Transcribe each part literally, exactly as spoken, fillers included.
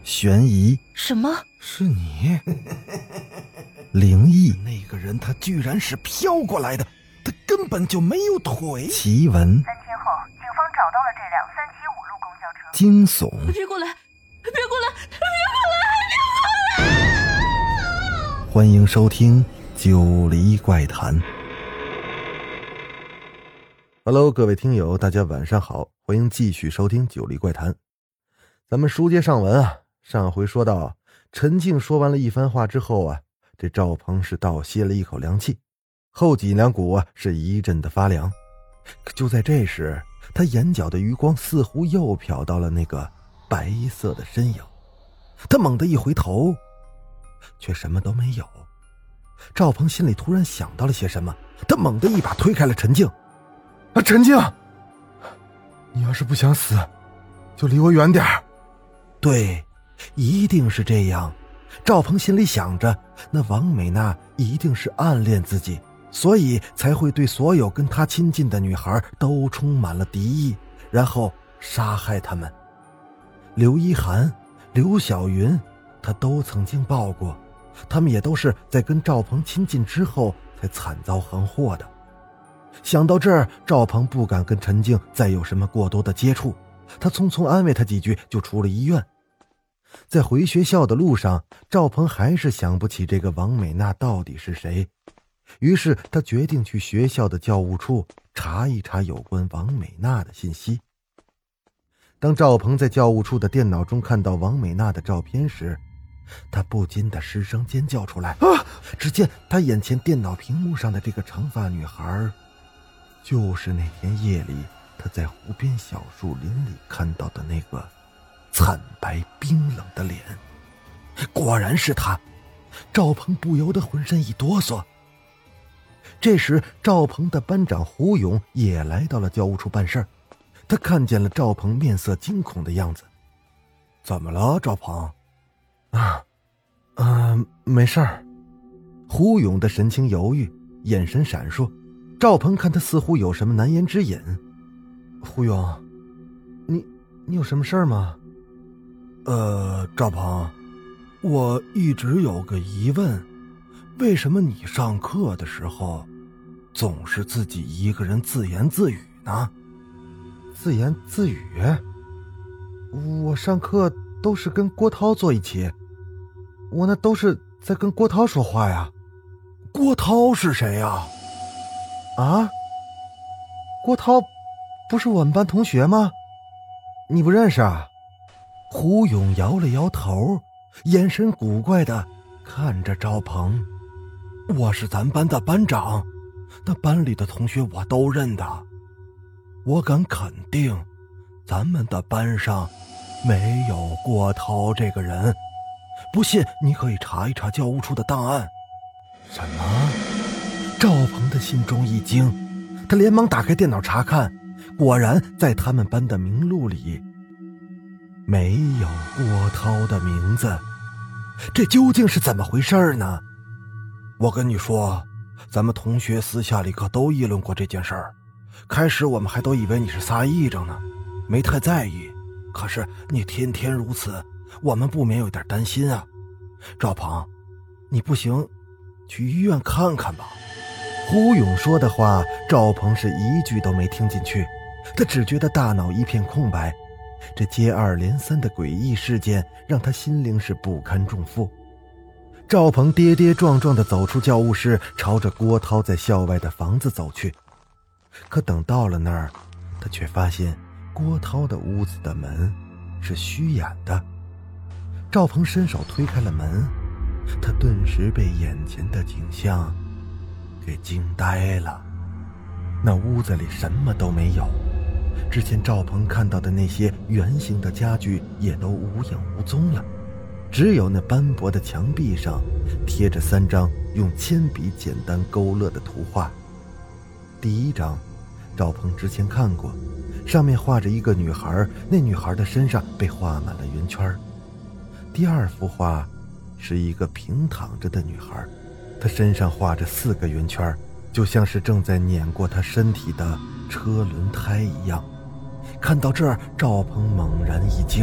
悬疑， 什么？ 是你？ 灵异， 那个人他居然是飘过来的，他根本就没有腿。 奇闻， 三天后，警方找到了这辆三七五路公交车。 惊悚， 别过来！别过来！别过来！别过来！ 欢迎收听九黎怪谈。Hello， 各位听友，大家晚上好，欢迎继续收听九黎怪谈。咱们书接上文啊，上回说到，陈静说完了一番话之后啊，这赵鹏是倒吸了一口凉气，后脊梁骨啊是一阵的发凉。可就在这时，他眼角的余光似乎又瞟到了那个白色的身影，他猛地一回头，却什么都没有。赵鹏心里突然想到了些什么，他猛地一把推开了陈静。 啊，陈静，你要是不想死，就离我远点儿。 对，一定是这样。赵鹏心里想着，那王美娜一定是暗恋自己，所以才会对所有跟他亲近的女孩都充满了敌意，然后杀害他们。刘一涵、刘晓云，他都曾经报过，他们也都是在跟赵鹏亲近之后才惨遭横祸的。想到这儿，赵鹏不敢跟陈静再有什么过多的接触，他匆匆安慰他几句就出了医院。在回学校的路上，赵鹏还是想不起这个王美娜到底是谁，于是他决定去学校的教务处查一查有关王美娜的信息。当赵鹏在教务处的电脑中看到王美娜的照片时，他不禁的失声尖叫出来。啊！只见他眼前电脑屏幕上的这个长发女孩，就是那天夜里他在湖边小树林里看到的那个惨白冰冷的脸。果然是他，赵鹏不由得浑身一哆嗦。这时赵鹏的班长胡勇也来到了教务处办事，他看见了赵鹏面色惊恐的样子。怎么了，赵鹏？啊，嗯、呃，没事儿。胡勇的神情犹豫，眼神闪烁。赵鹏看他似乎有什么难言之隐。胡勇，你你有什么事儿吗？ 呃，赵鹏，我一直有个疑问，为什么你上课的时候总是自己一个人自言自语呢？ 自言自语？我上课都是跟郭涛坐一起，我那都是在跟郭涛说话呀。 郭涛是谁呀？ 啊？郭涛不是我们班同学吗？你不认识啊？胡勇摇了摇头，眼神古怪的看着赵鹏。 我是咱班的班长，那班里的同学我都认得。我敢肯定，咱们的班上没有郭涛这个人。不信你可以查一查教务处的档案。 什么？赵鹏的心中一惊，他连忙打开电脑查看，果然在他们班的名录里没有郭涛的名字。这究竟是怎么回事呢？ 我跟你说，咱们同学私下里可都议论过这件事儿。开始我们还都以为你是撒癔症呢，没太在意。可是你天天如此，我们不免有点担心啊。赵鹏，你不行，去医院看看吧。 胡勇说的话，赵鹏是一句都没听进去，他只觉得大脑一片空白。这接二连三的诡异事件让他心灵是不堪重负。赵鹏跌跌撞撞地走出教务室，朝着郭涛在校外的房子走去。可等到了那儿，他却发现郭涛的屋子的门是虚掩的。赵鹏伸手推开了门，他顿时被眼前的景象给惊呆了。那屋子里什么都没有，之前赵鹏看到的那些圆形的家具也都无影无踪了，只有那斑驳的墙壁上贴着三张用铅笔简单勾勒的图画。第一张赵鹏之前看过，上面画着一个女孩，那女孩的身上被画满了圆圈。第二幅画是一个平躺着的女孩，她身上画着四个圆圈，就像是正在碾过她身体的车轮胎一样。看到这儿，赵鹏猛然一惊，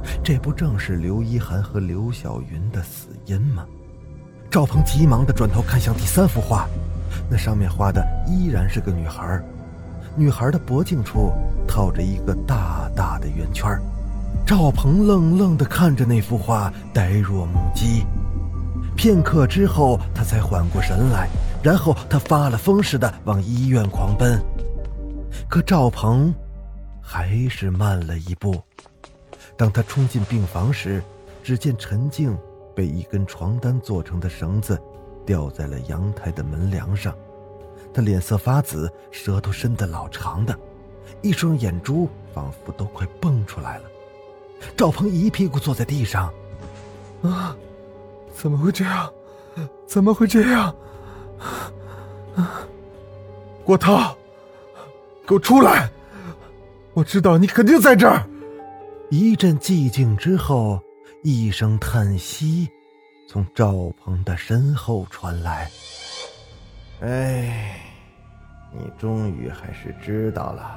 这不正是刘一涵和刘晓云的死因吗？赵鹏急忙地转头看向第三幅画，那上面画的依然是个女孩，女孩的脖颈处套着一个大大的圆圈。赵鹏愣愣地看着那幅画，呆若木鸡。片刻之后，他才缓过神来，然后他发了疯似的往医院狂奔。可赵鹏还是慢了一步。当他冲进病房时，只见陈静被一根床单做成的绳子吊在了阳台的门梁上，他脸色发紫，舌头伸得老长的，一双眼珠仿佛都快蹦出来了。赵鹏一屁股坐在地上。 啊，怎么会这样？怎么会这样？郭涛，给我出来！我知道你肯定在这儿。 一阵寂静之后，一声叹息从赵鹏的身后传来。 哎，你终于还是知道了。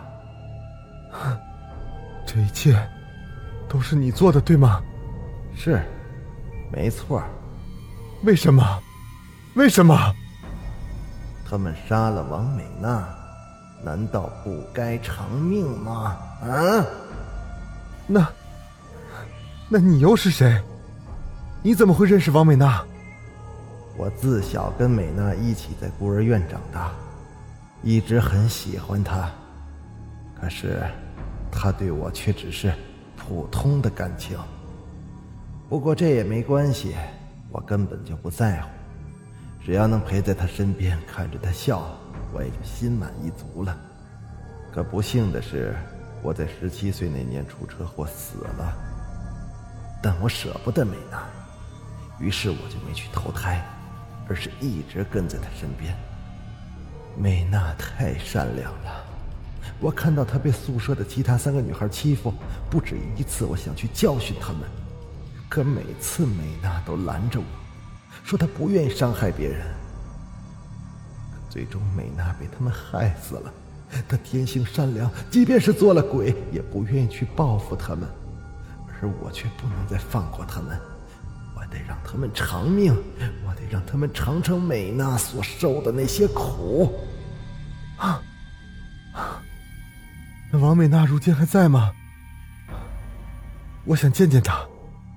这一切都是你做的，对吗？ 是，没错。 为什么？为什么？ 他们杀了王美娜，难道不该偿命吗？啊？ 那，那你又是谁？你怎么会认识王美娜？ 我自小跟美娜一起在孤儿院长大，一直很喜欢她。可是，她对我却只是普通的感情。不过这也没关系，我根本就不在乎。只要能陪在她身边，看着她笑，我也就心满意足了。可不幸的是，我在十七岁那年出车祸死了，但我舍不得美娜，于是我就没去投胎，而是一直跟在她身边。美娜太善良了，我看到她被宿舍的其他三个女孩欺负，不止一次，我想去教训她们，可每次美娜都拦着我，说她不愿意伤害别人。最终美娜被他们害死了。他天性善良，即便是做了鬼也不愿意去报复他们，而我却不能再放过他们，我得让他们偿命，我得让他们尝尝美娜所受的那些苦。 啊啊！那王美娜如今还在吗？我想见见她。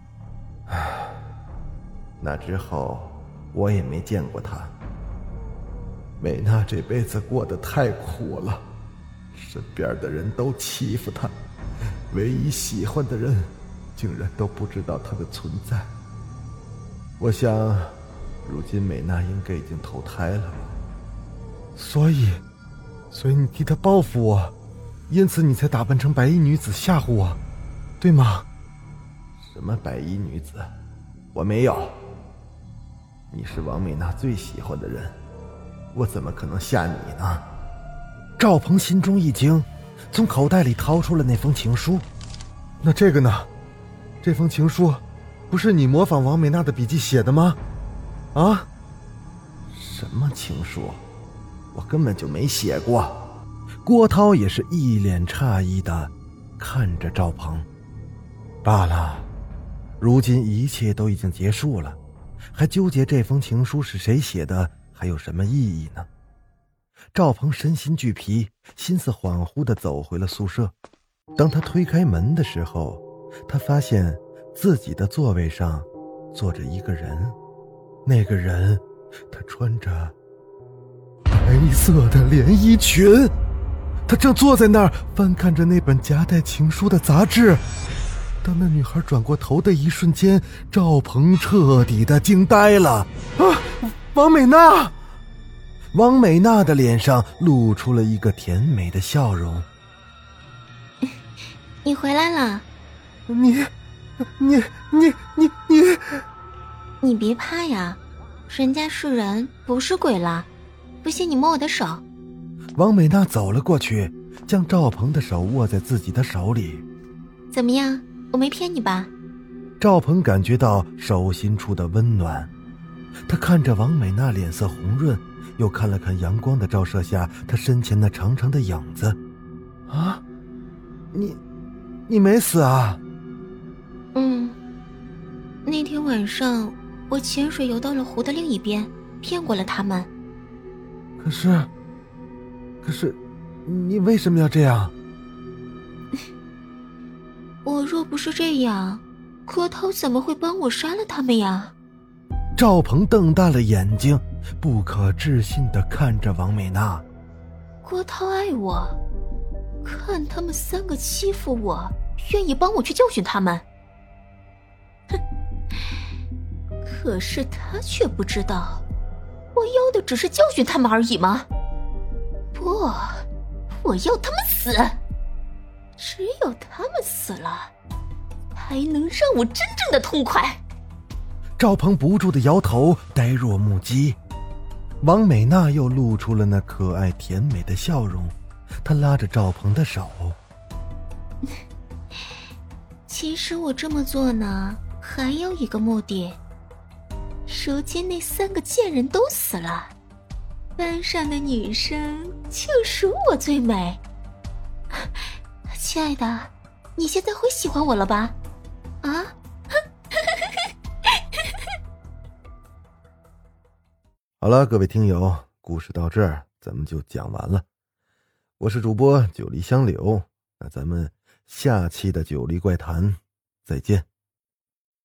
那之后我也没见过她。美娜这辈子过得太苦了，身边的人都欺负她，唯一喜欢的人竟然都不知道她的存在。我想如今美娜应该已经投胎了吧。 所以所以你替她报复我，因此你才打扮成白衣女子吓唬我，对吗？ 什么白衣女子？我没有。你是王美娜最喜欢的人，我怎么可能吓你呢？ 赵鹏心中一惊，从口袋里掏出了那封情书。那这个呢？这封情书不是你模仿王美娜的笔记写的吗？啊？ 什么情书？我根本就没写过。 郭涛也是一脸诧异的看着赵鹏。罢了，如今一切都已经结束了，还纠结这封情书是谁写的还有什么意义呢？赵鹏身心俱疲，心思恍惚地走回了宿舍。当他推开门的时候，他发现自己的座位上坐着一个人，那个人他穿着白色的连衣裙，他正坐在那儿翻看着那本夹带情书的杂志。当那女孩转过头的一瞬间，赵鹏彻底的惊呆了。啊，王美娜！王美娜的脸上露出了一个甜美的笑容。 你回来了。 你你你你你你别怕呀，人家是人不是鬼啦，不信你摸我的手。 王美娜走了过去，将赵鹏的手握在自己的手里。 怎么样，我没骗你吧？ 赵鹏感觉到手心处的温暖，他看着王美娜脸色红润，又看了看阳光的照射下她身前那长长的影子。啊，你你没死啊？ 嗯，那天晚上我潜水游到了湖的另一边，骗过了他们。 可是，可是，你为什么要这样？ 我若不是这样，柯涛怎么会帮我杀了他们呀？ 赵鹏瞪大了眼睛，不可置信地看着王美娜。 郭涛爱我，看他们三个欺负我，愿意帮我去教训他们。哼！可是他却不知道，我要的只是教训他们而已吗？不，我要他们死！只有他们死了，才能让我真正的痛快。 赵鹏不住地摇头，呆若木鸡。王美娜又露出了那可爱甜美的笑容，她拉着赵鹏的手。 其实我这么做呢，还有一个目的。如今那三个贱人都死了，班上的女生就属我最美。亲爱的，你现在会喜欢我了吧？啊？ 好了，各位听友，故事到这儿咱们就讲完了。我是主播九黎香柳，那咱们下期的九黎怪谈再见。